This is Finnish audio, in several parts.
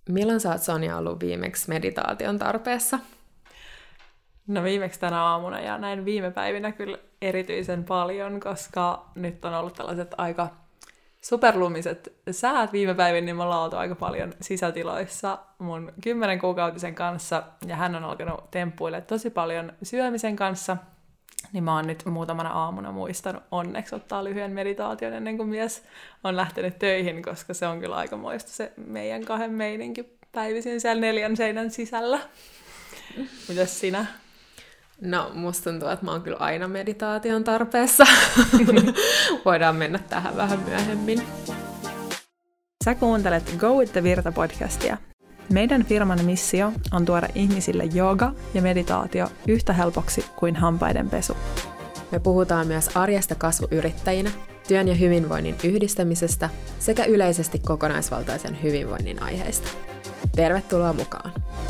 Milloin sä oot, Sonja, ollut viimeksi meditaation tarpeessa? No viimeksi tänä aamuna ja näin viime päivinä kyllä erityisen paljon, koska nyt on ollut tällaiset aika superlumiset säät viime päivin, niin me ollaan oltu aika paljon sisätiloissa mun 10-kuukautisen kanssa, ja hän on alkanut temppuilemaan tosi paljon syömisen kanssa, niin mä oon nyt muutamana aamuna muistanut onneksi ottaa lyhyen meditaation ennen kuin mies on lähtenyt töihin, koska se on kyllä aikamoista se meidän kahden meininki päivisin siellä 4 seinän sisällä. Mitäs sinä? No, musta tuntuu, että mä oon kyllä aina meditaation tarpeessa. Voidaan mennä tähän vähän myöhemmin. Sä kuuntelet Go with the Virta-podcastia. Meidän firman missio on tuoda ihmisille jooga ja meditaatio yhtä helpoksi kuin hampaiden pesu. Me puhutaan myös arjesta kasvuyrittäjinä, työn ja hyvinvoinnin yhdistämisestä sekä yleisesti kokonaisvaltaisen hyvinvoinnin aiheista. Tervetuloa mukaan!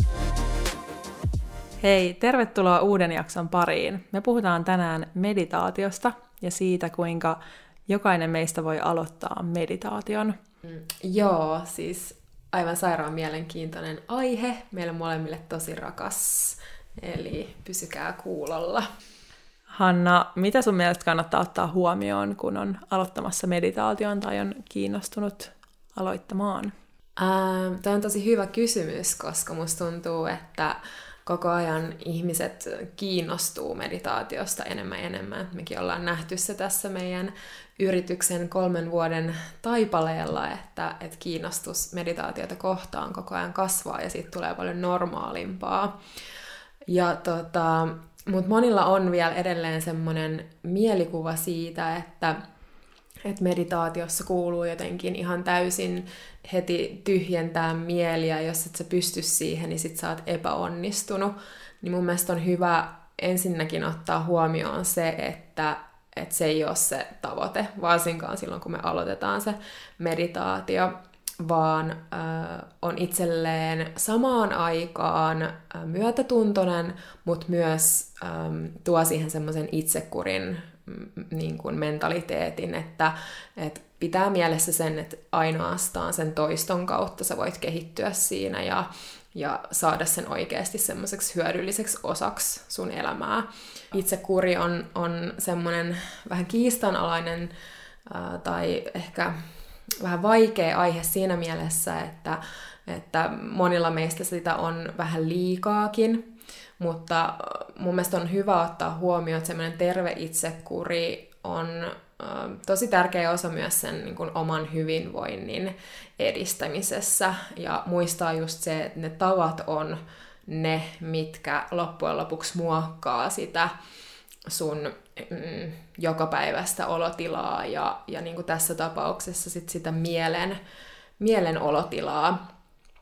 Hei, tervetuloa uuden jakson pariin. Me puhutaan tänään meditaatiosta ja siitä, kuinka jokainen meistä voi aloittaa meditaation. Joo, siis aivan sairaan mielenkiintoinen aihe. Meille molemmille tosi rakas, eli pysykää kuulolla. Hanna, mitä sun mielestä kannattaa ottaa huomioon, kun on aloittamassa meditaation tai on kiinnostunut aloittamaan? Tämä on tosi hyvä kysymys, koska musta tuntuu, että koko ajan ihmiset kiinnostuu meditaatiosta enemmän ja enemmän. Mekin ollaan nähty se tässä meidän yrityksen 3 vuoden taipaleella, että kiinnostus meditaatiota kohtaan koko ajan kasvaa ja siitä tulee paljon normaalimpaa. Mutta monilla on vielä edelleen semmoinen mielikuva siitä, että meditaatiossa kuuluu jotenkin ihan täysin heti tyhjentää mieliä, jos et sä pysty siihen, niin sit sä oot epäonnistunut. Niin mun mielestä on hyvä ensinnäkin ottaa huomioon se, että se ei ole se tavoite, varsinkaan silloin, kun me aloitetaan se meditaatio, vaan on itselleen samaan aikaan myötätuntoinen, mutta myös tuo siihen semmoisen itsekurin niin kuin mentaliteetin, että pitää mielessä sen, että ainoastaan sen toiston kautta sä voit kehittyä siinä ja saada sen oikeasti semmoiseksi hyödylliseksi osaksi sun elämää. Itsekuri on semmoinen vähän kiistanalainen tai ehkä vähän vaikea aihe siinä mielessä, että monilla meistä sitä on vähän liikaakin. Mutta mun mielestä on hyvä ottaa huomioon, että semmoinen terve itsekuri on tosi tärkeä osa myös sen niin kuin oman hyvinvoinnin edistämisessä. Ja muistaa just se, että ne tavat on ne, mitkä loppujen lopuksi muokkaa sitä sun jokapäiväistä olotilaa ja niin kuin tässä tapauksessa sitä mielen olotilaa.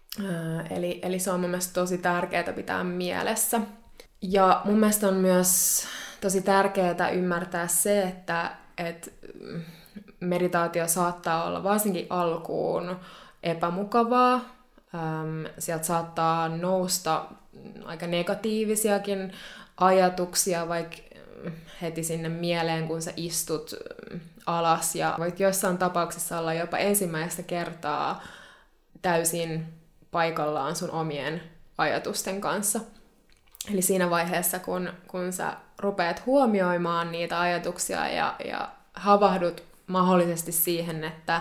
Eli se on mun mielestä tosi tärkeää pitää mielessä. Ja mun mielestä on myös tosi tärkeää ymmärtää se, että meditaatio saattaa olla varsinkin alkuun epämukavaa. Sieltä saattaa nousta aika negatiivisiakin ajatuksia, vaikka heti sinne mieleen, kun sä istut alas. Ja voit jossain tapauksessa olla jopa ensimmäistä kertaa täysin paikallaan sun omien ajatusten kanssa. Eli siinä vaiheessa, kun sä rupeat huomioimaan niitä ajatuksia ja havahdut mahdollisesti siihen, että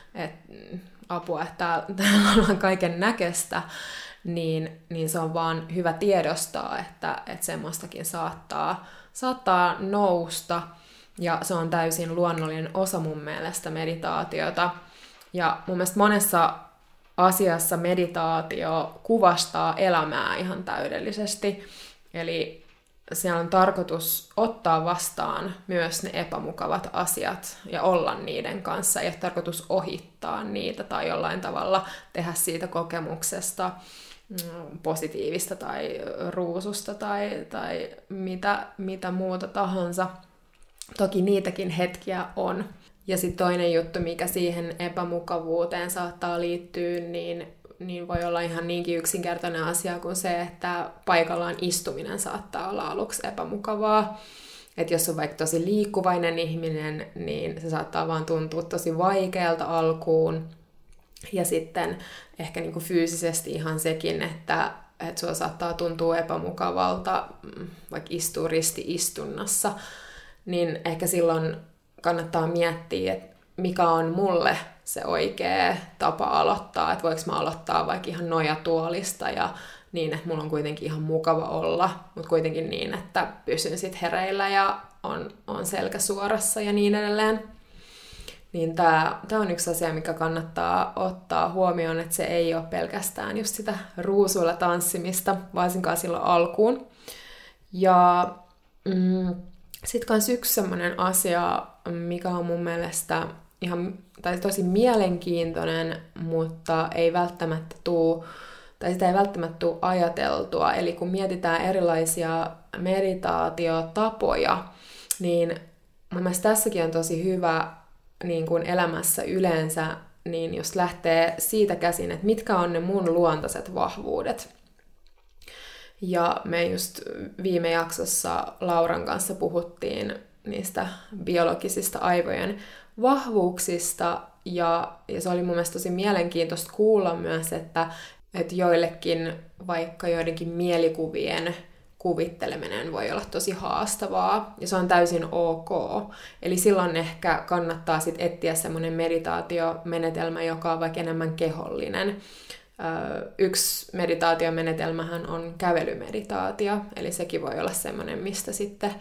apua, että täällä ollaan kaiken näköistä, niin se on vaan hyvä tiedostaa, että semmoistakin saattaa nousta, ja se on täysin luonnollinen osa mun mielestä meditaatiota. Ja mun mielestä monessa asiassa meditaatio kuvastaa elämää ihan täydellisesti. Eli siellä on tarkoitus ottaa vastaan myös ne epämukavat asiat ja olla niiden kanssa. Ei ole tarkoitus ohittaa niitä tai jollain tavalla tehdä siitä kokemuksesta positiivista tai ruususta tai mitä muuta tahansa. Toki niitäkin hetkiä on. Ja sitten toinen juttu, mikä siihen epämukavuuteen saattaa liittyä, niin voi olla ihan niinkin yksinkertainen asia kuin se, että paikallaan istuminen saattaa olla aluksi epämukavaa. Että jos on vaikka tosi liikkuvainen ihminen, niin se saattaa vaan tuntua tosi vaikealta alkuun. Ja sitten ehkä niin kuin fyysisesti ihan sekin, että sua saattaa tuntua epämukavalta, vaikka istuu risti-istunnassa, niin ehkä silloin kannattaa miettiä, että mikä on mulle se oikea tapa aloittaa, että voiko mä aloittaa vaikka ihan nojatuolista ja niin, että mulla on kuitenkin ihan mukava olla, mutta kuitenkin niin, että pysyn sit hereillä ja on selkä suorassa ja niin edelleen. Niin tää on yksi asia, mikä kannattaa ottaa huomioon, että se ei ole pelkästään just sitä ruusuilla tanssimista, varsinkaan silloin alkuun. Ja sitten kans yksi semmoinen asia, mikä on mun mielestä tosi mielenkiintoinen, mutta sitä ei välttämättä tule ajateltua. Eli kun mietitään erilaisia meditaatiotapoja, niin mun mielestä tässäkin on tosi hyvä niin kuin elämässä yleensä, niin jos lähtee siitä käsin, että mitkä on ne mun luontaiset vahvuudet. Ja me just viime jaksossa Lauran kanssa puhuttiin niistä biologisista aivojen vahvuuksista, ja se oli mun mielestä tosi mielenkiintoista kuulla myös, että joillekin vaikka joidenkin mielikuvien kuvitteleminen voi olla tosi haastavaa, ja se on täysin ok. Eli silloin ehkä kannattaa sit etsiä semmoinen meditaatiomenetelmä, joka on vaikka enemmän kehollinen. Yksi meditaatiomenetelmähän on kävelymeditaatio, eli sekin voi olla semmoinen, mistä sitten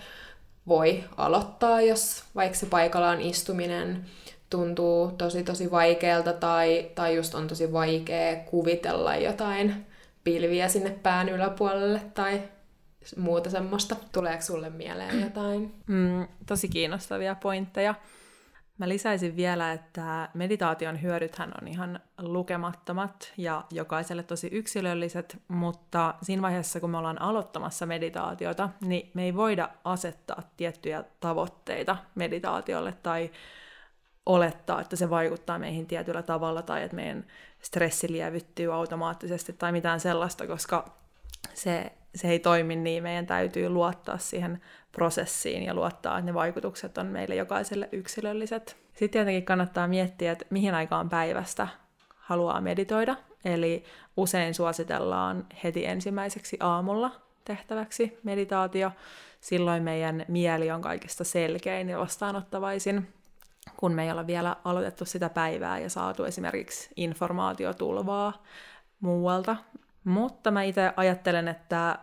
voi aloittaa, jos vaikka se paikallaan istuminen tuntuu tosi vaikealta tai just on tosi vaikea kuvitella jotain pilviä sinne pään yläpuolelle tai muuta semmoista. Tuleeko sulle mieleen jotain? Tosi kiinnostavia pointteja. Mä lisäisin vielä, että meditaation hyödythän on ihan lukemattomat ja jokaiselle tosi yksilölliset, mutta siinä vaiheessa, kun me ollaan aloittamassa meditaatiota, niin me ei voida asettaa tiettyjä tavoitteita meditaatiolle tai olettaa, että se vaikuttaa meihin tietyllä tavalla tai että meidän stressi lievittyy automaattisesti tai mitään sellaista, koska se ei toimi niin. Meidän täytyy luottaa siihen prosessiin ja luottaa, että ne vaikutukset on meille jokaiselle yksilölliset. Sitten tietenkin kannattaa miettiä, että mihin aikaan päivästä haluaa meditoida. Eli usein suositellaan heti ensimmäiseksi aamulla tehtäväksi meditaatio. Silloin meidän mieli on kaikista selkein ja vastaanottavaisin, kun me ei olla vielä aloitettu sitä päivää ja saatu esimerkiksi informaatiotulvaa muualta. Mutta mä itse ajattelen, että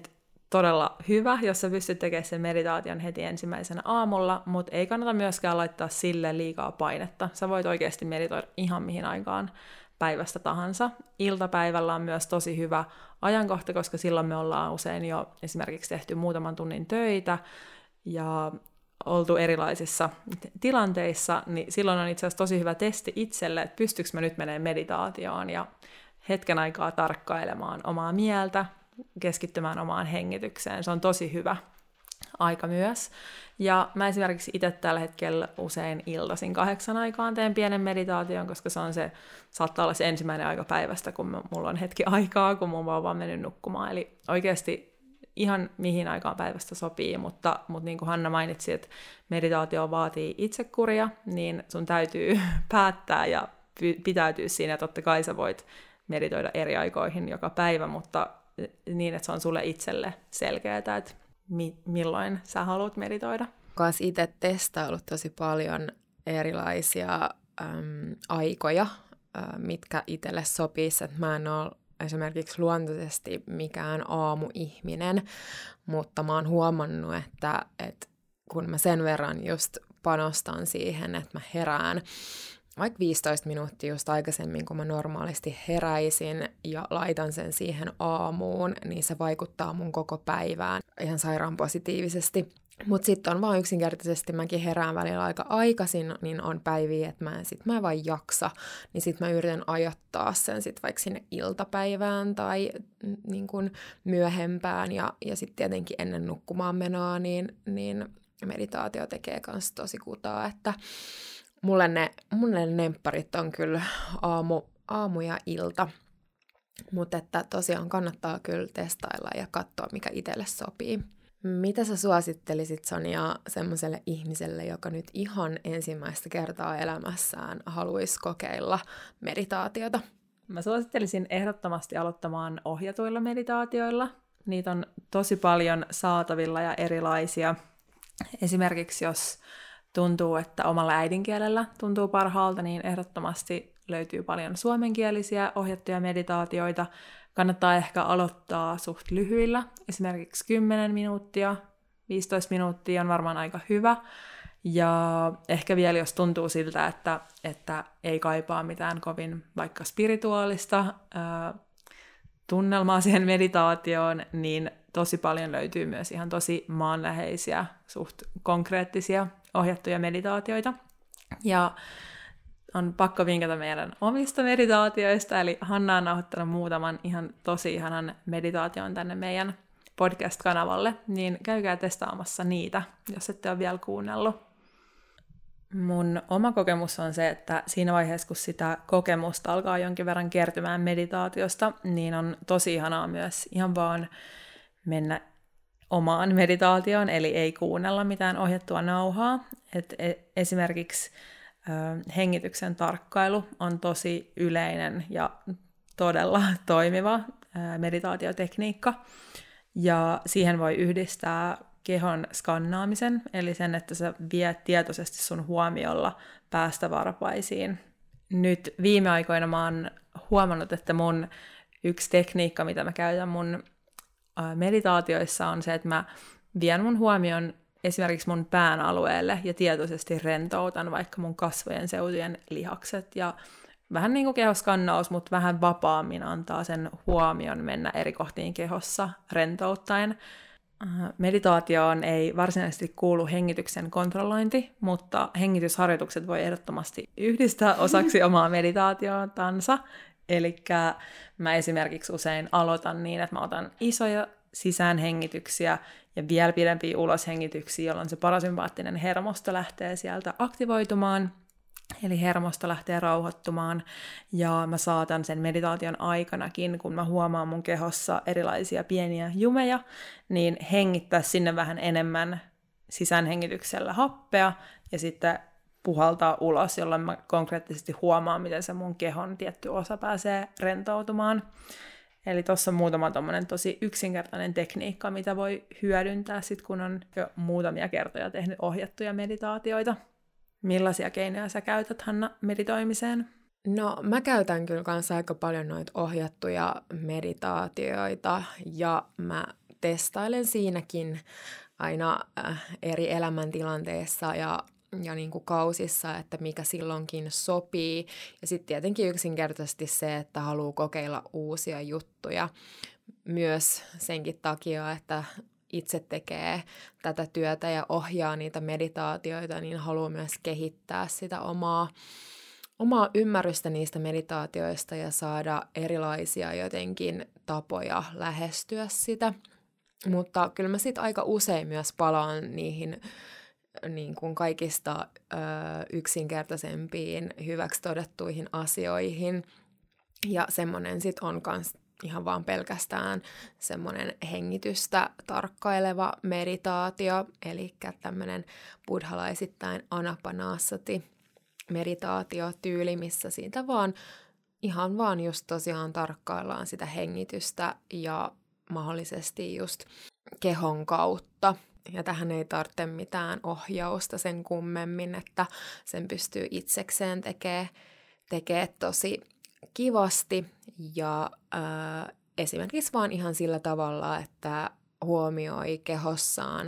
todella hyvä, jos sä pystyt tekemään sen meditaation heti ensimmäisenä aamulla, mutta ei kannata myöskään laittaa sille liikaa painetta. Sä voit oikeasti meditoida ihan mihin aikaan päivästä tahansa. Iltapäivällä on myös tosi hyvä ajankohta, koska silloin me ollaan usein jo esimerkiksi tehty muutaman tunnin töitä ja oltu erilaisissa tilanteissa, niin silloin on itse asiassa tosi hyvä testi itselle, että pystyykö mä nyt menemään meditaatioon ja hetken aikaa tarkkailemaan omaa mieltä, keskittymään omaan hengitykseen. Se on tosi hyvä aika myös. Ja mä esimerkiksi itse tällä hetkellä usein iltaisin 8 aikaan teen pienen meditaation, koska saattaa olla se ensimmäinen aika päivästä, kun mulla on hetki aikaa, kun mun vauva on mennyt nukkumaan. Eli oikeasti ihan mihin aikaan päivästä sopii, mutta niin kuin Hanna mainitsi, että meditaatio vaatii itsekuria, niin sun täytyy päättää ja pitäytyä siinä. Totta kai sä voit meditoida eri aikoihin joka päivä, mutta niin, että se on sulle itselle selkeää, että milloin sä haluat meditoida. Olen itse testaillut tosi paljon erilaisia aikoja, mitkä itselle sopisi. Että mä en ole esimerkiksi luontaisesti mikään aamuihminen, mutta mä oon huomannut, että kun mä sen verran just panostan siihen, että mä herään vaikka 15 minuuttia just aikaisemmin, kun mä normaalisti heräisin ja laitan sen siihen aamuun, niin se vaikuttaa mun koko päivään ihan sairaan positiivisesti. Mutta sitten on vaan yksinkertaisesti, mäkin herään välillä aika aikaisin, niin on päiviä, että mä en vaan jaksa, niin sitten mä yritän ajoittaa sen sitten vaikka sinne iltapäivään tai niin kun myöhempään ja sitten tietenkin ennen nukkumaan menoa, niin meditaatio tekee kanssa tosi kutaa, että mulle ne nempparit on kyllä aamu ja ilta, mutta että tosiaan kannattaa kyllä testailla ja katsoa, mikä itselle sopii. Mitä sä suosittelisit, Sonia, semmoiselle ihmiselle, joka nyt ihan ensimmäistä kertaa elämässään haluaisi kokeilla meditaatiota? Mä suosittelisin ehdottomasti aloittamaan ohjatuilla meditaatioilla. Niitä on tosi paljon saatavilla ja erilaisia. Esimerkiksi jos tuntuu, että omalla äidinkielellä tuntuu parhaalta, niin ehdottomasti löytyy paljon suomenkielisiä ohjattuja meditaatioita. Kannattaa ehkä aloittaa suht lyhyillä, esimerkiksi 10 minuuttia, 15 minuuttia on varmaan aika hyvä. Ja ehkä vielä jos tuntuu siltä, että ei kaipaa mitään kovin vaikka spirituaalista tunnelmaa siihen meditaatioon, niin tosi paljon löytyy myös ihan tosi maanläheisiä, suht konkreettisia ohjattuja meditaatioita. Ja on pakko vinkata meidän omista meditaatioista, eli Hanna on nauhoittanut muutaman ihan tosi ihanan meditaation tänne meidän podcast-kanavalle, niin käykää testaamassa niitä, jos ette ole vielä kuunnellut. Mun oma kokemus on se, että siinä vaiheessa, kun sitä kokemusta alkaa jonkin verran kertymään meditaatiosta, niin on tosi ihanaa myös ihan vaan mennä omaan meditaatioon, eli ei kuunnella mitään ohjattua nauhaa. Esimerkiksi hengityksen tarkkailu on tosi yleinen ja todella toimiva meditaatiotekniikka. Ja siihen voi yhdistää kehon skannaamisen, eli sen, että sä viet tietoisesti sun huomiolla päästä varpaisiin. Nyt viime aikoina mä oon huomannut, että mun yksi tekniikka, mitä mä käytän mun meditaatioissa, on se, että mä vien mun huomion esimerkiksi mun pään alueelle ja tietoisesti rentoutan vaikka mun kasvojen seutujen lihakset ja vähän niin kuin kehoskannaus, mutta vähän vapaammin antaa sen huomion mennä eri kohtiin kehossa rentouttaen. Meditaatioon ei varsinaisesti kuulu hengityksen kontrollointi, mutta hengitysharjoitukset voi ehdottomasti yhdistää osaksi omaa meditaatiotansa. Eli mä esimerkiksi usein aloitan niin, että mä otan isoja sisäänhengityksiä ja vielä pidempiä uloshengityksiä, jolloin se parasympaattinen hermosto lähtee sieltä aktivoitumaan. Eli hermosto lähtee rauhoittumaan ja mä saatan sen meditaation aikanakin, kun mä huomaan mun kehossa erilaisia pieniä jumeja, niin hengittää sinne vähän enemmän sisäänhengityksellä happea ja sitten puhaltaa ulos, jolloin mä konkreettisesti huomaan, miten se mun kehon tietty osa pääsee rentoutumaan. Eli tuossa on muutama tommonen tosi yksinkertainen tekniikka, mitä voi hyödyntää sit, kun on jo muutamia kertoja tehnyt ohjattuja meditaatioita. Millaisia keinoja sä käytät, Hanna, meditoimiseen? No, mä käytän kyllä kanssa aika paljon noita ohjattuja meditaatioita ja mä testailen siinäkin aina eri elämäntilanteissa ja niin kuin kausissa, että mikä silloinkin sopii. Ja sitten tietenkin yksinkertaisesti se, että haluaa kokeilla uusia juttuja. Myös senkin takia, että itse tekee tätä työtä ja ohjaa niitä meditaatioita, niin haluaa myös kehittää sitä omaa ymmärrystä niistä meditaatioista ja saada erilaisia jotenkin tapoja lähestyä sitä. Mutta kyllä mä sitten aika usein myös palaan niihin niin kuin kaikista yksinkertaisempiin hyväksi todettuihin asioihin. Ja semmoinen sitten on myös ihan vaan pelkästään semmoinen hengitystä tarkkaileva meditaatio, eli tämmöinen buddhalaisittain anapanasati meditaatiotyyli, missä siitä vaan ihan vaan just tosiaan tarkkaillaan sitä hengitystä ja mahdollisesti just kehon kautta. Ja tähän ei tarvitse mitään ohjausta sen kummemmin, että sen pystyy itsekseen tekee tosi kivasti ja esimerkiksi vaan ihan sillä tavalla, että huomioi kehossaan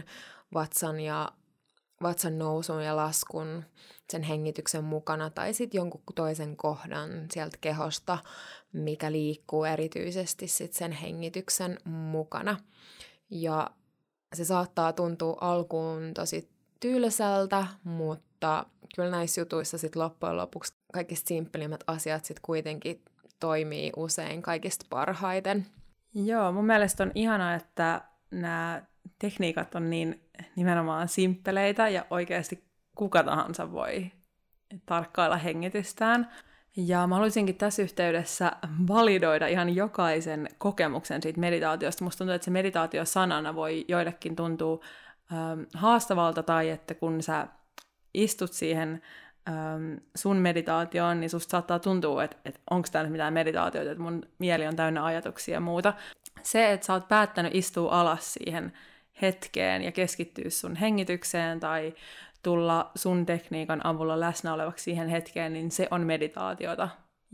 vatsan nousun ja laskun sen hengityksen mukana tai sitten jonkun toisen kohdan sieltä kehosta, mikä liikkuu erityisesti sitten sen hengityksen mukana. Ja se saattaa tuntua alkuun tosi tylsältä, mutta kyllä näissä jutuissa sitten loppujen lopuksi kaikista simppelimmät asiat sitten kuitenkin toimii usein kaikista parhaiten. Joo, mun mielestä on ihanaa, että nämä tekniikat on niin nimenomaan simppeleitä ja oikeasti kuka tahansa voi tarkkailla hengitystään. Ja mä haluaisinkin tässä yhteydessä validoida ihan jokaisen kokemuksen siitä meditaatiosta. Musta tuntuu, että se meditaatio sanana voi joillekin tuntua haastavalta, tai että kun sä istut siihen sun meditaatioon, niin susta saattaa tuntua, että onko täällä mitään meditaatioita, että mun mieli on täynnä ajatuksia ja muuta. Se, että sä oot päättänyt istua alas siihen hetkeen ja keskittyä sun hengitykseen tai tulla sun tekniikan avulla läsnä olevaksi siihen hetkeen, niin se on meditaatiota.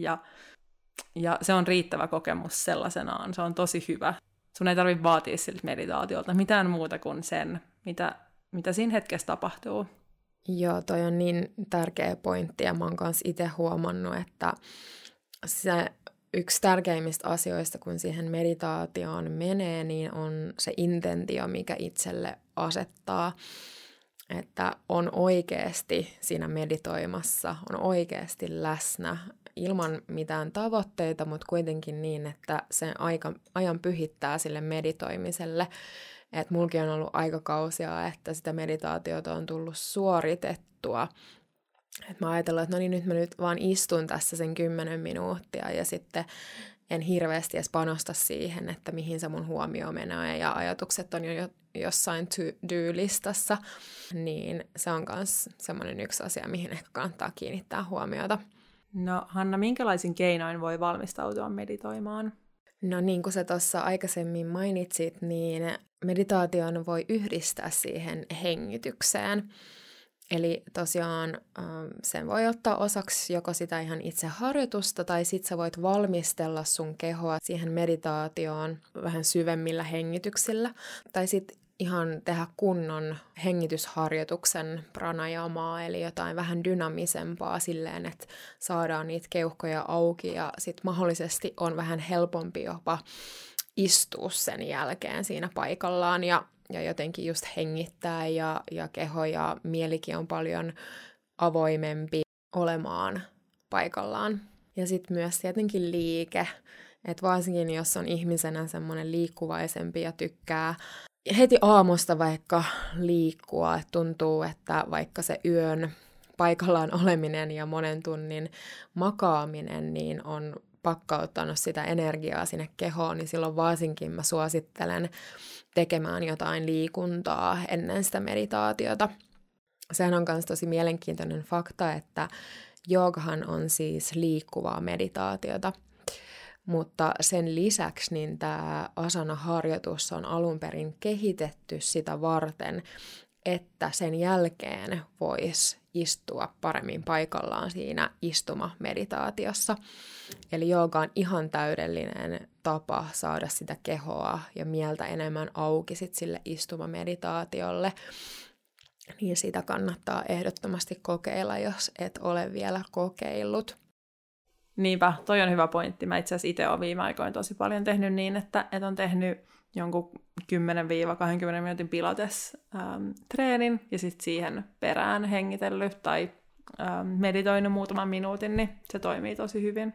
Ja se on riittävä kokemus sellaisenaan. Se on tosi hyvä. Sun ei tarvitse vaatia siltä meditaatiolta mitään muuta kuin sen, mitä siinä hetkessä tapahtuu. Joo, toi on niin tärkeä pointti, ja mä oon kanssa itse huomannut, että se yksi tärkeimmistä asioista, kun siihen meditaatioon menee, niin on se intentio, mikä itselle asettaa, että on oikeasti siinä meditoimassa, on oikeasti läsnä ilman mitään tavoitteita, mutta kuitenkin niin, että sen ajan pyhittää sille meditoimiselle. Että mulkin on ollut aikakausia, että sitä meditaatiota on tullut suoritettua. Että mä ajatellut, että no niin, nyt mä vaan istun tässä sen 10 minuuttia ja sitten en hirveästi edes panosta siihen, että mihin se mun huomio menee ja ajatukset on jo jossain to-do-listassa. Niin se on myös semmoinen yksi asia, mihin ehkä kannattaa kiinnittää huomiota. No Hanna, minkälaisin keinoin voi valmistautua meditoimaan? No niin kuin sä tuossa aikaisemmin mainitsit, niin meditaation voi yhdistää siihen hengitykseen. Eli tosiaan sen voi ottaa osaksi joko sitä ihan itse harjoitusta, tai sit sä voit valmistella sun kehoa siihen meditaatioon vähän syvemmillä hengityksillä. Tai sit ihan tehdä kunnon hengitysharjoituksen pranajamaa, eli jotain vähän dynamisempaa silleen, että saadaan niitä keuhkoja auki ja sit mahdollisesti on vähän helpompi jopa istua sen jälkeen siinä paikallaan ja jotenkin just hengittää ja keho ja mielikin on paljon avoimempi olemaan paikallaan. Ja sitten myös tietenkin liike, että varsinkin jos on ihmisenä semmoinen liikkuvaisempi ja tykkää heti aamusta vaikka liikkua, että tuntuu, että vaikka se yön paikallaan oleminen ja monen tunnin makaaminen niin on pakkauttanut sitä energiaa sinne kehoon, niin silloin varsinkin mä suosittelen tekemään jotain liikuntaa ennen sitä meditaatiota. Sehän on myös tosi mielenkiintoinen fakta, että joogahan on siis liikkuvaa meditaatiota, mutta sen lisäksi niin tämä asana-harjoitus on alun perin kehitetty sitä varten, että sen jälkeen voisi istua paremmin paikallaan siinä istumameditaatiossa. Eli jooga on ihan täydellinen tapa saada sitä kehoa ja mieltä enemmän auki sit sille istumameditaatiolle. Niin sitä kannattaa ehdottomasti kokeilla, jos et ole vielä kokeillut. Niinpä, toi on hyvä pointti. Mä itse asiassa itse olen viime aikoina tosi paljon tehnyt niin, että on tehnyt jonkun 10-20 minuutin pilates-treenin ja sitten siihen perään hengitellyt tai meditoinut muutaman minuutin, niin se toimii tosi hyvin.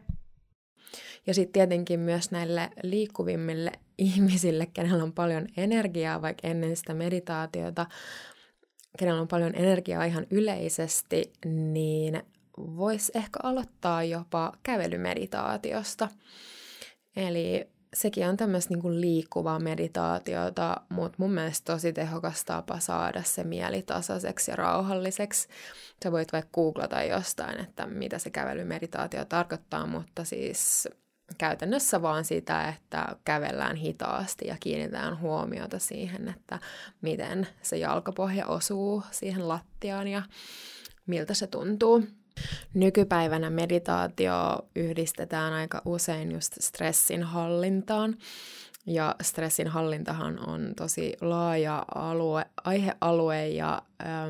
Ja sitten tietenkin myös näille liikkuvimmille ihmisille, kenellä on paljon energiaa vaikka ennen sitä meditaatiota, kenellä on paljon energiaa ihan yleisesti, niin voisi ehkä aloittaa jopa kävelymeditaatiosta. Eli sekin on tämmöistä niin kuin liikkuvaa meditaatiota, mutta mun mielestä tosi tehokas tapa saada se mieli tasaiseksi ja rauhalliseksi. Sä voit vaikka googlata jostain, että mitä se kävelymeditaatio tarkoittaa, mutta siis käytännössä vaan sitä, että kävellään hitaasti ja kiinnitetään huomiota siihen, että miten se jalkapohja osuu siihen lattiaan ja miltä se tuntuu. Nykypäivänä meditaatio yhdistetään aika usein just stressin hallintaan, ja stressin hallintahan on tosi laaja aihealue ja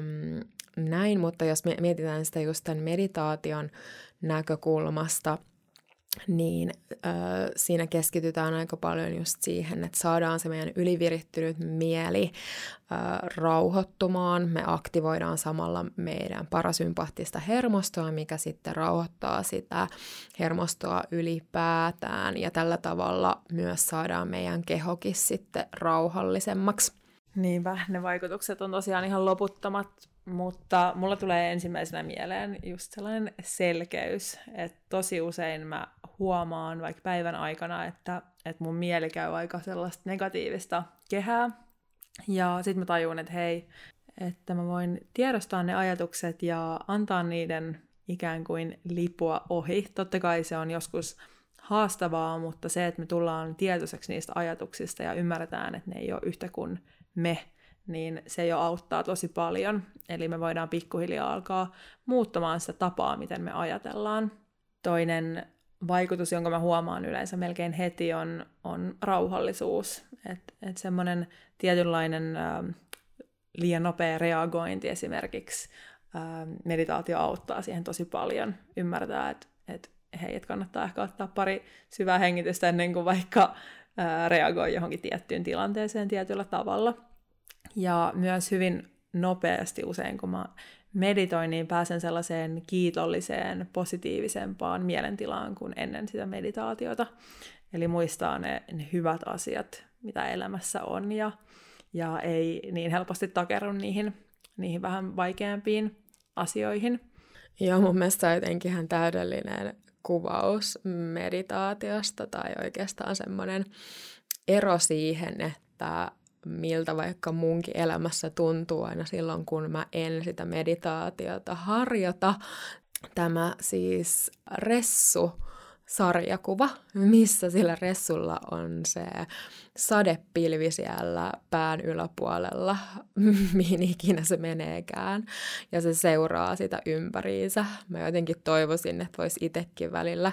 näin, mutta jos me mietitään sitä just tämän meditaation näkökulmasta, niin siinä keskitytään aika paljon just siihen, että saadaan se meidän ylivirittynyt mieli rauhoittumaan. Me aktivoidaan samalla meidän parasympaattista hermostoa, mikä sitten rauhoittaa sitä hermostoa ylipäätään. Ja tällä tavalla myös saadaan meidän kehokin sitten rauhallisemmaksi. Niinpä, ne vaikutukset on tosiaan ihan loputtomat, mutta mulla tulee ensimmäisenä mieleen just sellainen selkeys, että tosi usein mä huomaan vaikka päivän aikana, että mun mieli käy aika sellaista negatiivista kehää, ja sitten mä tajun, että hei, että mä voin tiedostaa ne ajatukset ja antaa niiden ikään kuin lipua ohi. Totta kai se on joskus haastavaa, mutta se, että me tullaan tietoiseksi niistä ajatuksista ja ymmärretään, että ne ei ole yhtä kuin me, niin se jo auttaa tosi paljon. Eli me voidaan pikkuhiljaa alkaa muuttamaan sitä tapaa, miten me ajatellaan. Toinen vaikutus, jonka mä huomaan yleensä melkein heti, on rauhallisuus. Että semmoinen tietynlainen liian nopea reagointi esimerkiksi, meditaatio auttaa siihen tosi paljon. Ymmärtää, että hei, että kannattaa ehkä ottaa pari syvää hengitystä ennen kuin vaikka reagoi johonkin tiettyyn tilanteeseen tietyllä tavalla. Ja myös hyvin nopeasti usein, kun mä meditoin, niin pääsen sellaiseen kiitolliseen, positiivisempaan mielentilaan kuin ennen sitä meditaatiota. Eli muistaa ne hyvät asiat, mitä elämässä on, ja ei niin helposti takerru niihin vähän vaikeampiin asioihin. Joo, mun mielestä se on jotenkin ihan täydellinen kuvaus meditaatiosta, tai oikeastaan semmoinen ero siihen, että miltä vaikka munkin elämässä tuntuu aina silloin, kun mä en sitä meditaatiota harjoita. Tämä siis Ressu-sarjakuva, missä sillä Ressulla on se sadepilvi siellä pään yläpuolella, mihin ikinä se meneekään, ja se seuraa sitä ympäriinsä. Mä jotenkin toivoisin, että vois itsekin välillä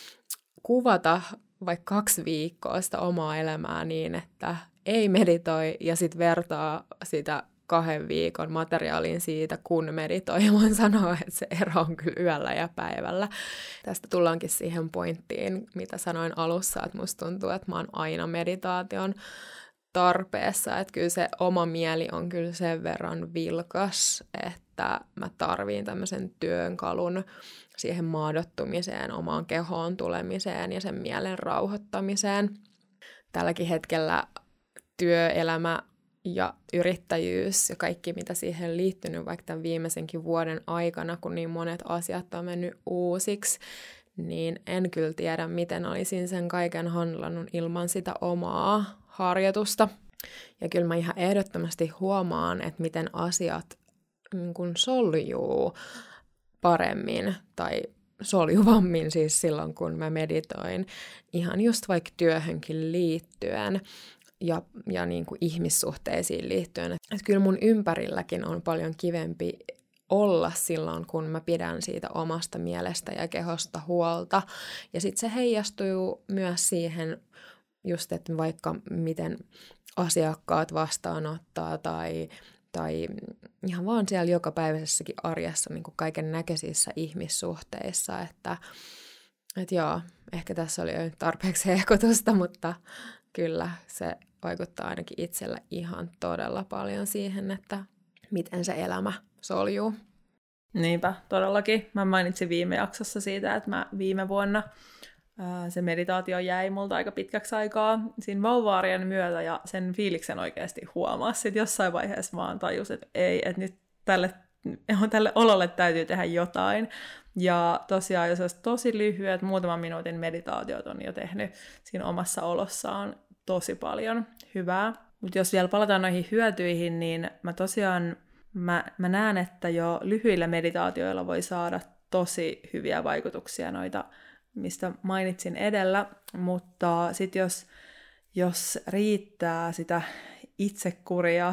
kuvata vaikka 2 viikkoa sitä omaa elämää niin, että ei meditoi ja sitten vertaa sitä 2 viikon materiaalin siitä, kun meditoi. Ja voin sanoa, että se ero on kyllä yöllä ja päivällä. Tästä tullaankin siihen pointtiin, mitä sanoin alussa, että musta tuntuu, että mä oon aina meditaation tarpeessa. Että kyllä se oma mieli on kyllä sen verran vilkas, että mä tarviin tämmöisen työkalun siihen maadottumiseen, omaan kehoon tulemiseen ja sen mielen rauhoittamiseen. Tälläkin hetkellä työelämä ja yrittäjyys ja kaikki, mitä siihen liittynyt vaikka tämän viimeisenkin vuoden aikana, kun niin monet asiat on mennyt uusiksi, niin en kyllä tiedä, miten olisin sen kaiken handlannut ilman sitä omaa harjoitusta. Ja kyllä mä ihan ehdottomasti huomaan, että miten asiat kun soljuu paremmin tai soljuvammin siis silloin, kun mä meditoin, ihan just vaikka työhönkin liittyen ja niin kuin ihmissuhteisiin liittyen. Että kyllä mun ympärilläkin on paljon kivempi olla silloin, kun mä pidän siitä omasta mielestä ja kehosta huolta. Ja sitten se heijastuu myös siihen just, että vaikka miten asiakkaat vastaanottaa tai ihan vaan siellä jokapäiväisessäkin arjessa niin kuin kaiken näköisissä ihmissuhteissa, että joo, ehkä tässä oli jo tarpeeksi hehkutusta, mutta kyllä se vaikuttaa ainakin itsellä ihan todella paljon siihen, että miten se elämä soljuu. Niinpä, todellakin. Mä mainitsin viime jaksossa siitä, että mä viime vuonna se meditaatio jäi multa aika pitkäksi aikaa siinä vauvaarien myötä, ja sen fiiliksen oikeasti huomasi. Sitten jossain vaiheessa vaan tajus, että ei, että nyt tälle ololle täytyy tehdä jotain. Ja tosiaan, jos olisi tosi lyhyet, muutaman minuutin meditaatiot on jo tehnyt siinä omassa olossaan tosi paljon hyvää. Mutta jos vielä palataan noihin hyötyihin, niin mä näen, että jo lyhyillä meditaatioilla voi saada tosi hyviä vaikutuksia noita, mistä mainitsin edellä, mutta sitten jos riittää sitä itsekuria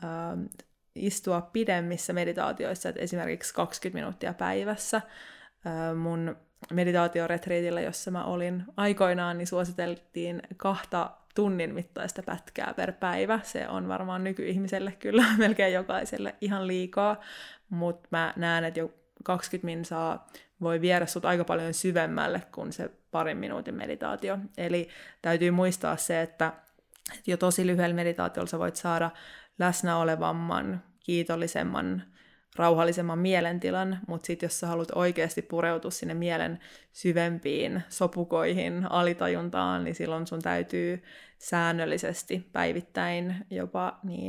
istua pidemmissä meditaatioissa, että esimerkiksi 20 minuuttia päivässä, mun meditaatioretriitillä, jossa mä olin aikoinaan, niin suositeltiin 2 tunnin mittaista pätkää per päivä. Se on varmaan nykyihmiselle kyllä melkein jokaiselle ihan liikaa, mutta mä näen, että jo 20 minsaa voi viedä sut aika paljon syvemmälle kuin se 2 minuutin meditaatio. Eli täytyy muistaa se, että jo tosi lyhyellä meditaatiolla sä voit saada läsnä olevamman, kiitollisemman, rauhallisemman mielentilan, mutta sitten jos sä haluat oikeasti pureutua sinne mielen syvempiin sopukoihin, alitajuntaan, niin silloin sun täytyy säännöllisesti päivittäin jopa niin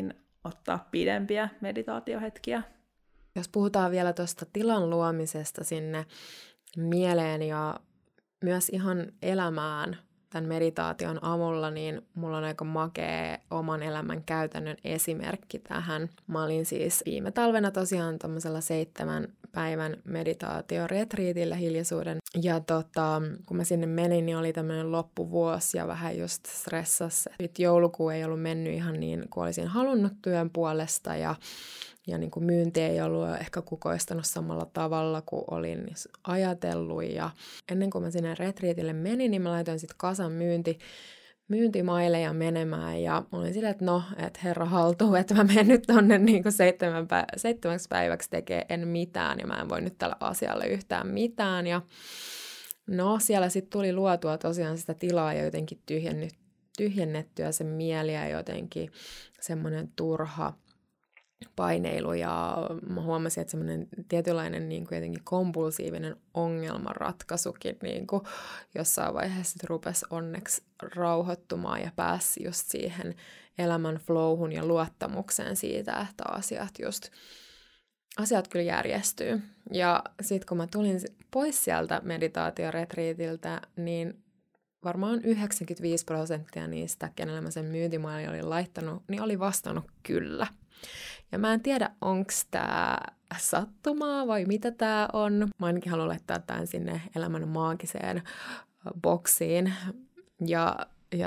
ottaa pidempiä meditaatiohetkiä. Jos puhutaan vielä tuosta tilan luomisesta sinne mieleen ja myös ihan elämään tämän meditaation avulla, niin mulla on aika makea oman elämän käytännön esimerkki tähän. Mä olin siis viime talvena tosiaan tommosella 7 päivän meditaatioretriitillä hiljaisuuden. Ja kun mä sinne menin, niin oli tämmöinen loppuvuosi ja vähän just stressassa. Nyt joulukuu ei ollut mennyt ihan niin kuin olisin halunnut työn puolesta ja niin kuin myynti ei ollut ehkä kukoistanut samalla tavalla kuin olin ajatellut. Ja ennen kuin mä sinne retriitille menin, niin mä laitoin sitten kasan myyntimaileja menemään. Ja olin silleen, että että herra haltuu, että mä menen nyt tonne niin kuin 7 päiväksi tekee en mitään. Ja mä en voi nyt tällä asialle yhtään mitään. Ja siellä sitten tuli luotua tosiaan sitä tilaa ja jotenkin tyhjennettyä sen mieli ja jotenkin semmoinen turha paineilu, ja mä huomasin, että semmoinen tietynlainen niin kuin jotenkin kompulsiivinen ongelmanratkaisukin niin kuin jossain vaiheessa rupesi onneksi rauhoittumaan ja pääsi just siihen elämän flowhun ja luottamukseen siitä, että asiat kyllä järjestyy. Ja sitten kun mä tulin pois sieltä meditaatioretriitiltä, niin varmaan 95% niistä, kenellä mä sen myyntimaili olin laittanut, niin oli vastannut kyllä. Ja mä en tiedä, onko tämä sattumaa vai mitä tämä on. Mä ainakin haluan laittaa tämän sinne elämän maagiseen boksiin ja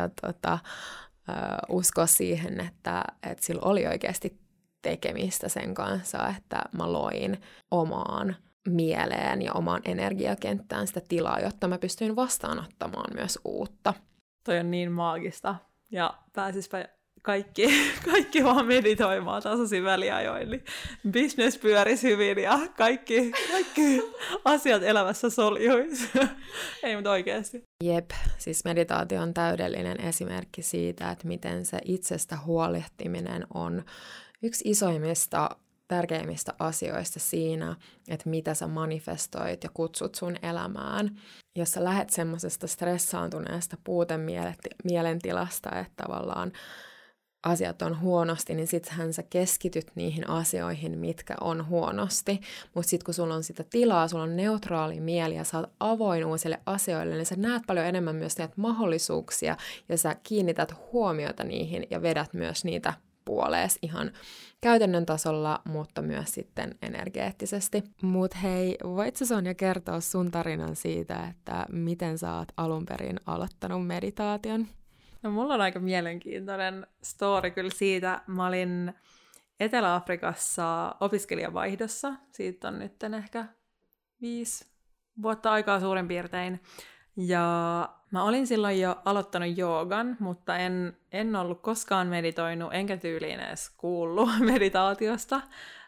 uskoa siihen, että sillä oli oikeasti tekemistä sen kanssa, että mä loin omaan mieleen ja omaan energiakenttään sitä tilaa, jotta mä pystyin vastaanottamaan myös uutta. Toi on niin maagista. Ja pääsispä kaikki vaan meditoimaan tasaisin väliajoin, niin business pyörisi hyvin ja kaikki asiat elämässä soljuisi. Ei, mutta oikeasti. Jep, siis meditaatio on täydellinen esimerkki siitä, että miten se itsestä huolehtiminen on yksi isoimmista, tärkeimmistä asioista siinä, että mitä sä manifestoit ja kutsut sun elämään. Jos sä lähet semmosesta stressaantuneesta puutemielentilasta, että tavallaan asiat on huonosti, niin sittenhän sä keskityt niihin asioihin, mitkä on huonosti. Mutta sitten kun sulla on sitä tilaa, sulla on neutraali mieli ja sä oot avoin uusille asioille, niin sä näet paljon enemmän myös näitä mahdollisuuksia ja sä kiinnität huomiota niihin ja vedät myös niitä puolees ihan käytännön tasolla, mutta myös sitten energeettisesti. Mut hei, voit sä Sonja kertoa sun tarinan siitä, että miten sä oot alun perin aloittanut meditaation? No mulla on aika mielenkiintoinen story kyllä siitä. Mä olin Etelä-Afrikassa opiskelijavaihdossa. Siitä on nyt ehkä 5 vuotta aikaa suurin piirtein. Ja mä olin silloin jo aloittanut joogan, mutta en ollut koskaan meditoinut, enkä tyyliin edes kuullut meditaatiosta.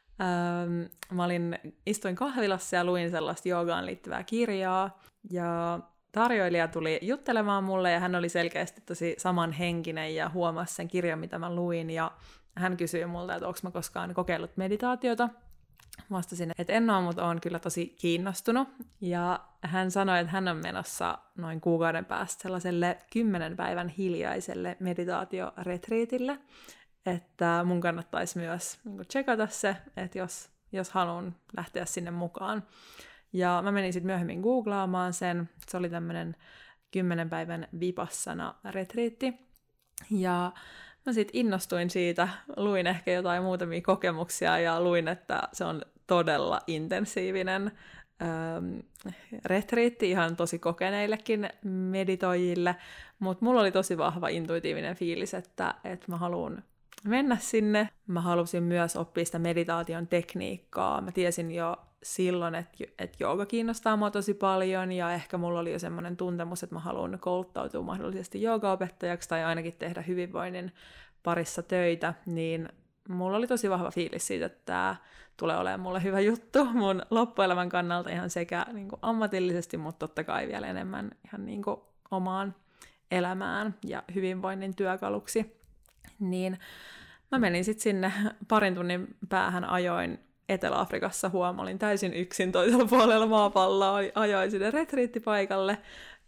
Istuin kahvilassa ja luin sellaista joogaan liittyvää kirjaa. Ja tarjoilija tuli juttelemaan mulle ja hän oli selkeästi tosi samanhenkinen ja huomasi sen kirjan, mitä mä luin. Ja hän kysyi multa, että onko mä koskaan kokeillut meditaatiota. Vastasin, että en ole, mutta olen kyllä tosi kiinnostunut. Ja hän sanoi, että hän on menossa noin kuukauden päästä sellaiselle 10 päivän hiljaiselle meditaatioretriitille. Että mun kannattaisi myös tsekata se, että jos haluan lähteä sinne mukaan. Ja mä menin sitten myöhemmin googlaamaan sen. Se oli tämmöinen 10 päivän vipassana-retriitti. Ja mä sitten innostuin siitä, luin ehkä jotain muutamia kokemuksia ja luin, että se on todella intensiivinen retriitti ihan tosi kokeneillekin meditoijille, mutta mulla oli tosi vahva intuitiivinen fiilis, että mä haluan mennä sinne. Mä halusin myös oppia sitä meditaation tekniikkaa. Mä tiesin jo silloin, että jooga kiinnostaa mua tosi paljon ja ehkä mulla oli jo semmoinen tuntemus, että mä haluan kouluttautua mahdollisesti joogaopettajaksi tai ainakin tehdä hyvinvoinnin parissa töitä, niin mulla oli tosi vahva fiilis siitä, että tämä tulee olemaan mulle hyvä juttu mun loppuelämän kannalta ihan sekä niin kuin ammatillisesti, mutta totta kai vielä enemmän ihan niin kuin omaan elämään ja hyvinvoinnin työkaluksi. Niin mä menin sitten sinne 2 tunnin päähän ajoin Etelä-Afrikassa, olin täysin yksin toisella puolella maapalloa, ajoin sinne retriittipaikalle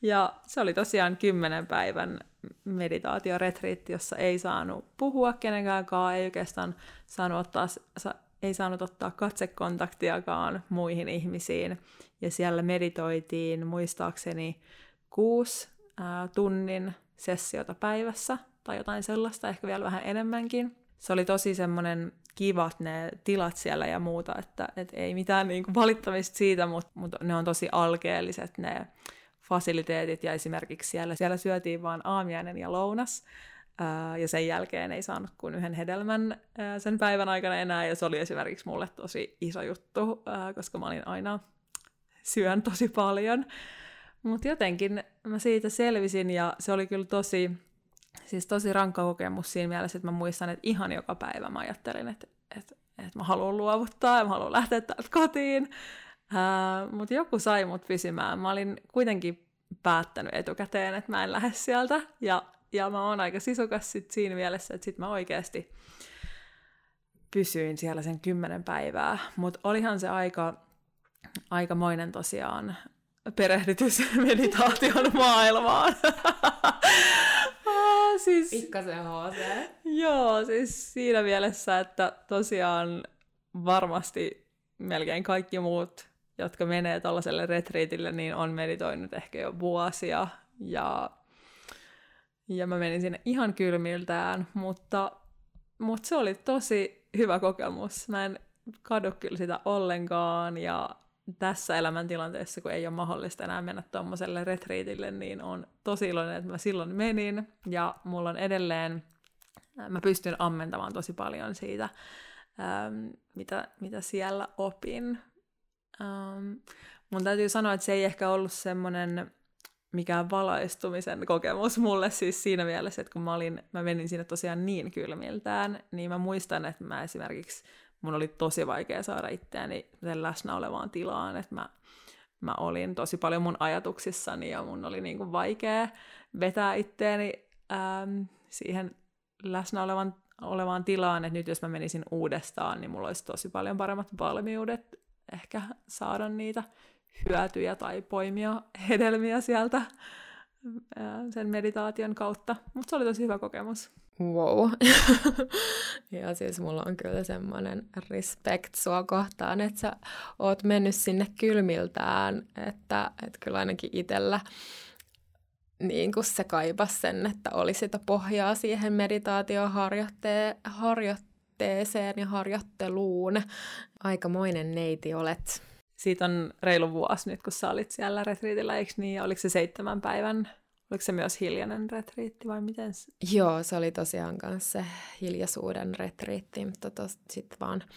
Ja se oli tosiaan 10 päivän meditaatioretriitti, jossa ei saanut puhua kenenkään, ei oikeastaan ei saanut ottaa katsekontaktiakaan muihin ihmisiin. Ja siellä meditoitiin muistaakseni 6 tunnin sessiota päivässä, tai jotain sellaista, ehkä vielä vähän enemmänkin. Se oli tosi semmoinen kivat ne tilat siellä ja muuta, että ei mitään niinku valittamista siitä, mutta ne on tosi alkeelliset ne fasiliteetit, ja esimerkiksi siellä syötiin vaan aamiainen ja lounas, ja sen jälkeen ei saanut kuin yhden hedelmän sen päivän aikana enää, ja se oli esimerkiksi mulle tosi iso juttu, koska mä olin aina syön tosi paljon. Mutta jotenkin mä siitä selvisin, ja se oli kyllä tosi rankka kokemus siinä mielessä, että mä muistan, että ihan joka päivä mä ajattelin, että mä haluan luovuttaa ja mä haluan lähteä täältä kotiin. Mutta joku sai mut pysymään. Mä olin kuitenkin päättänyt etukäteen, että mä en lähde sieltä. Ja mä oon aika sisukas siinä mielessä, että sit mä oikeasti pysyin siellä sen 10 päivää. Mutta olihan se aikamoinen tosiaan perehdytys meditaation maailmaan. Siis, pikkasen HC. Joo, siis siinä mielessä, että tosiaan varmasti melkein kaikki muut, jotka menee tällaiselle retriitille, niin on meditoinut ehkä jo vuosia. Ja mä menin sinne ihan kylmiltään, mutta se oli tosi hyvä kokemus. Mä en kadu kyllä sitä ollenkaan, ja tässä elämäntilanteessa, kun ei ole mahdollista enää mennä tuommoiselle retriitille, niin on tosi iloinen, että mä silloin menin, ja mulla on edelleen, mä pystyn ammentamaan tosi paljon siitä, mitä siellä opin. Mun täytyy sanoa, että se ei ehkä ollut semmoinen mikään valaistumisen kokemus mulle siis siinä mielessä, että kun mä menin siinä tosiaan niin kylmiltään, niin mä muistan, että mun oli tosi vaikea saada itseäni sen läsnä olevaan tilaan, että mä olin tosi paljon mun ajatuksissani ja mun oli niin kuin vaikea vetää itteeni siihen läsnä olevaan tilaan, että nyt jos mä menisin uudestaan, niin mulla olisi tosi paljon paremmat valmiudet ehkä saada niitä hyötyjä tai poimia hedelmiä sieltä sen meditaation kautta, mutta se oli tosi hyvä kokemus. Wow. Ja siis mulla on kyllä semmoinen respect sua kohtaan, että sä oot mennyt sinne kylmiltään, että kyllä ainakin itsellä niin kuin se kaipas sen, että oli sitä pohjaa siihen meditaatioharjoitteeseen ja harjoitteluun. Aikamoinen neiti olet. Siitä on reilu vuosi nyt, kun sä olit siellä retriitillä, eikö niin? Ja oliko se 7 päivän? Oliko se myös hiljainen retriitti vai miten? Joo, se oli tosiaan myös se hiljaisuuden retriitti, mutta sitten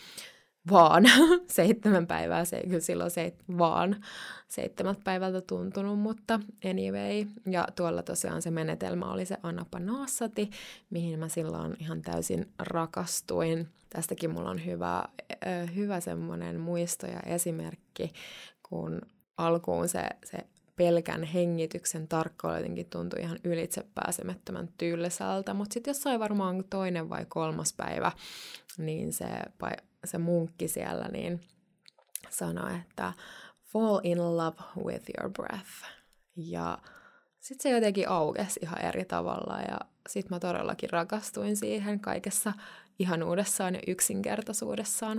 vaan 7 päivää, se ei kyllä silloin vaan 7 päivältä tuntunut, mutta anyway. Ja tuolla tosiaan se menetelmä oli se Anapanasati, mihin mä silloin ihan täysin rakastuin. Tästäkin mulla on hyvä semmoinen muisto ja esimerkki, kun alkuun se pelkän hengityksen tarkkoilu jotenkin tuntui ihan ylitsepääsemättömän tylsältä, mutta sitten jossain varmaan 2. vai 3. päivä, niin se munkki siellä niin sanoi, että fall in love with your breath. Ja sitten se jotenkin aukesi ihan eri tavalla, ja sitten mä todellakin rakastuin siihen kaikessa ihanuudessaan ja yksinkertaisuudessaan.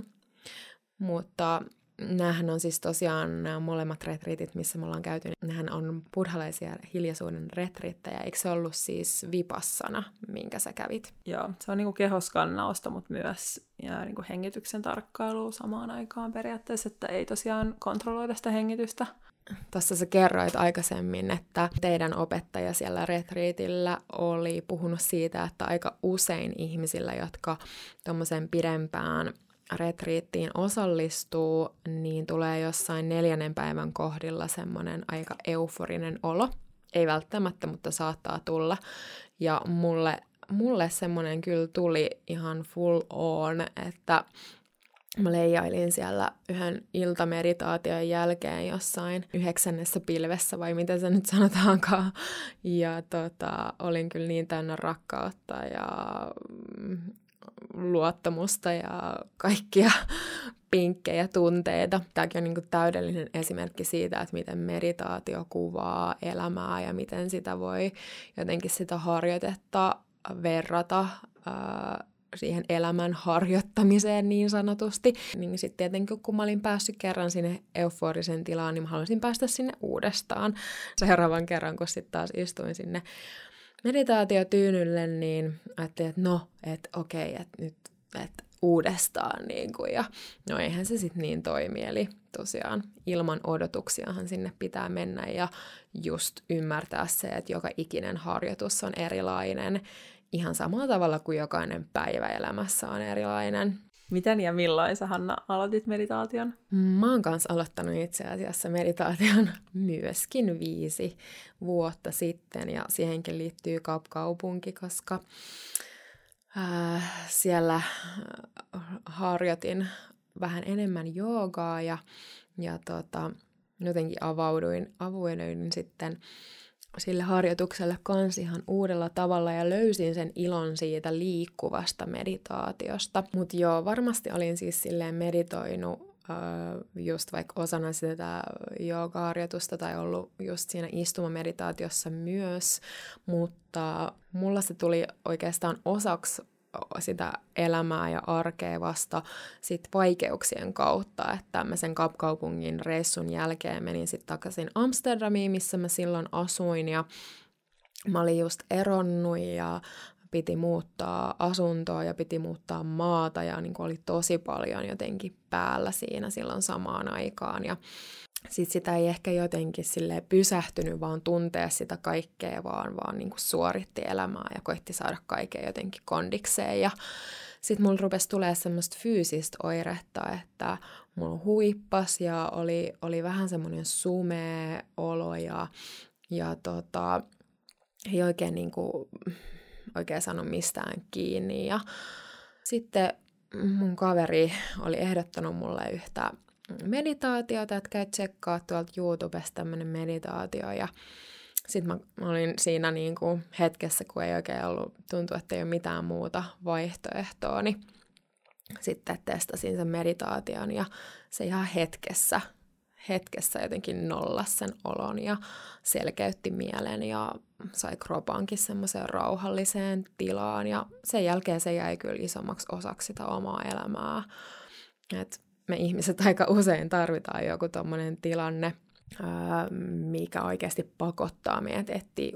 Mutta nämähän on siis tosiaan nämä molemmat retriitit, missä me ollaan käyty. Nämähän on buddhalaisia hiljaisuuden retriittejä. Eikö se ollut siis vipassana, minkä sä kävit? Joo, se on niinku kehoskannausta, mutta myös niinku hengityksen tarkkailu samaan aikaan periaatteessa, että ei tosiaan kontrolloida sitä hengitystä. Tuossa sä kerroit aikaisemmin, että teidän opettaja siellä retriitillä oli puhunut siitä, että aika usein ihmisillä, jotka tuommoisen pidempään retriittiin osallistuu, niin tulee jossain 4. päivän kohdilla semmoinen aika euforinen olo. Ei välttämättä, mutta saattaa tulla. Ja mulle semmoinen kyllä tuli ihan full on, että mä leijailin siellä yhden iltameditaation jälkeen jossain 9. pilvessä, vai miten se nyt sanotaankaan. Ja olin kyllä niin täynnä rakkautta ja luottamusta ja kaikkia pinkkejä tunteita. Tämäkin on niin kuin täydellinen esimerkki siitä, että miten meditaatio kuvaa elämää ja miten sitä voi jotenkin sitä harjoitetta verrata siihen elämän harjoittamiseen niin sanotusti. Niin sitten tietenkin, kun mä olin päässyt kerran sinne euforisen tilaan, niin mä haluaisin päästä sinne uudestaan. Seuraavan kerran, kun sitten taas istuin sinne meditaatiotyynylle, niin ajattelin, että okei, että nyt uudestaan. Niin kuin, ja no eihän se sitten niin toimi. Eli tosiaan ilman odotuksiahan sinne pitää mennä ja just ymmärtää se, että joka ikinen harjoitus on erilainen. Ihan samalla tavalla kuin jokainen päivä elämässä on erilainen. Miten ja milloin sä, Hanna, aloitit meditaation? Mä oon kanssa aloittanut itse asiassa meditaation myöskin 5 vuotta sitten. Ja siihenkin liittyy kaupunki, koska siellä harjoitin vähän enemmän joogaa ja jotenkin avauduin sitten sille harjoitukselle kans ihan uudella tavalla ja löysin sen ilon siitä liikkuvasta meditaatiosta. Mutta joo, varmasti olin siis silleen meditoinut just vaikka osana sitä jooga-harjoitusta tai ollut just siinä istumameditaatiossa myös, mutta mulla se tuli oikeastaan osaksi sitä elämää ja arkea vasta sit vaikeuksien kautta, että mä sen kaupungin reissun jälkeen menin sitten takaisin Amsterdamiin, missä mä silloin asuin ja mä olin just eronnut ja piti muuttaa asuntoa ja piti muuttaa maata ja niin oli tosi paljon jotenkin päällä siinä silloin samaan aikaan ja sitten sitä ei ehkä jotenkin silleen pysähtynyt vaan tuntea sitä kaikkea, vaan niin kuin suoritti elämää ja koitti saada kaiken jotenkin kondikseen. Ja sitten mulla rupesi tulemaan semmoista fyysistä oiretta, että mulla huippas ja oli vähän semmoinen sumea olo ja ei oikein, niin kuin, oikein sano mistään kiinni. Ja sitten mun kaveri oli ehdottanut mulle yhtä meditaatiota, että käy tsekkaa tuolta YouTubesta tämmönen meditaatio ja sitten mä olin siinä niinku hetkessä, kun ei oikein ollut, tuntui, että ei ole mitään muuta vaihtoehtoa, niin sitten testasin sen meditaation ja se ihan hetkessä jotenkin nollasi sen olon ja selkeytti mielen ja sai kropankin semmoiseen rauhalliseen tilaan ja sen jälkeen se jäi kyllä isommaksi osaksi sitä omaa elämää. Et me ihmiset aika usein tarvitaan joku tommonen tilanne, mikä oikeasti pakottaa meidät etsiä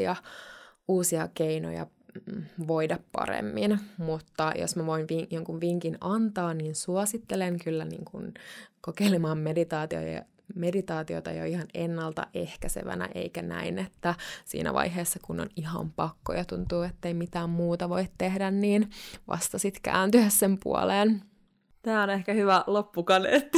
uusia keinoja voida paremmin. Mutta jos mä voin jonkun vinkin antaa, niin suosittelen kyllä niin kuin kokeilemaan meditaatiota jo ihan ennaltaehkäisevänä, eikä näin, että siinä vaiheessa, kun on ihan pakko ja tuntuu, ettei mitään muuta voi tehdä, niin vasta sit kääntyä sen puoleen. Tämä on ehkä hyvä loppukaneetti.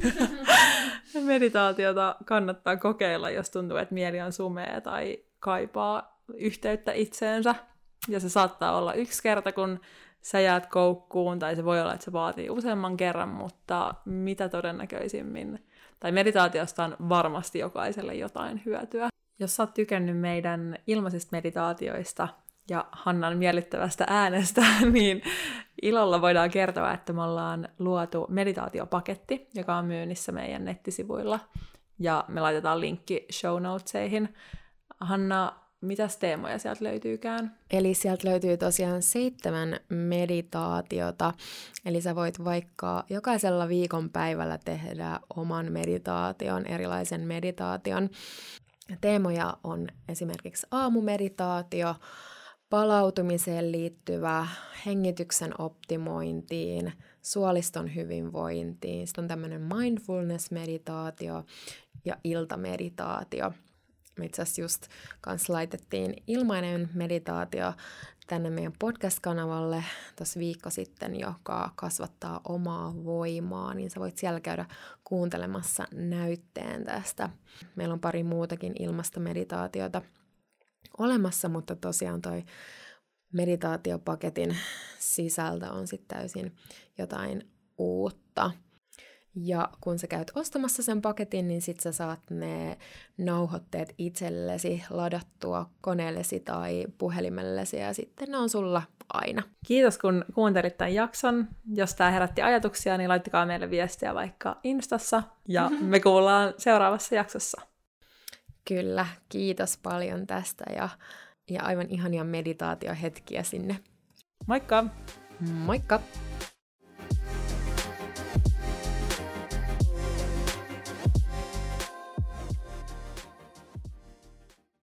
Meditaatiota kannattaa kokeilla, jos tuntuu, että mieli on sumea tai kaipaa yhteyttä itseensä. Ja se saattaa olla yksi kerta, kun sä jäät koukkuun, tai se voi olla, että se vaatii useamman kerran, mutta mitä todennäköisimmin. Tai meditaatiosta on varmasti jokaiselle jotain hyötyä. Jos sä oot tykännyt meidän ilmaisista meditaatioista ja Hannan miellyttävästä äänestä, niin ilolla voidaan kertoa, että me ollaan luotu meditaatiopaketti, joka on myynnissä meidän nettisivuilla. Ja me laitetaan linkki show notesihin. Hanna, mitäs teemoja sieltä löytyykään? Eli sieltä löytyy tosiaan 7 meditaatiota. Eli sä voit vaikka jokaisella viikonpäivällä tehdä oman meditaation, erilaisen meditaation. Teemoja on esimerkiksi aamumeditaatio, palautumiseen liittyvä, hengityksen optimointiin, suoliston hyvinvointiin. Sitten on tämmöinen mindfulness-meditaatio ja iltameditaatio. Me itse asiassa just kanssa laitettiin ilmainen meditaatio tänne meidän podcast-kanavalle tuossa viikko sitten, joka kasvattaa omaa voimaa, niin sä voit siellä käydä kuuntelemassa näytteen tästä. Meillä on pari muutakin ilmasta meditaatiota olemassa, mutta tosiaan toi meditaatiopaketin sisältö on sitten täysin jotain uutta. Ja kun sä käyt ostamassa sen paketin, niin sit sä saat ne nauhoitteet itsellesi ladattua koneellesi tai puhelimellesi, ja sitten ne on sulla aina. Kiitos, kun kuuntelit tämän jakson. Jos tämä herätti ajatuksia, niin laittakaa meille viestiä vaikka Instassa, ja me kuullaan seuraavassa jaksossa. Kyllä, kiitos paljon tästä, ja aivan ihania meditaatiohetkiä sinne. Moikka! Moikka!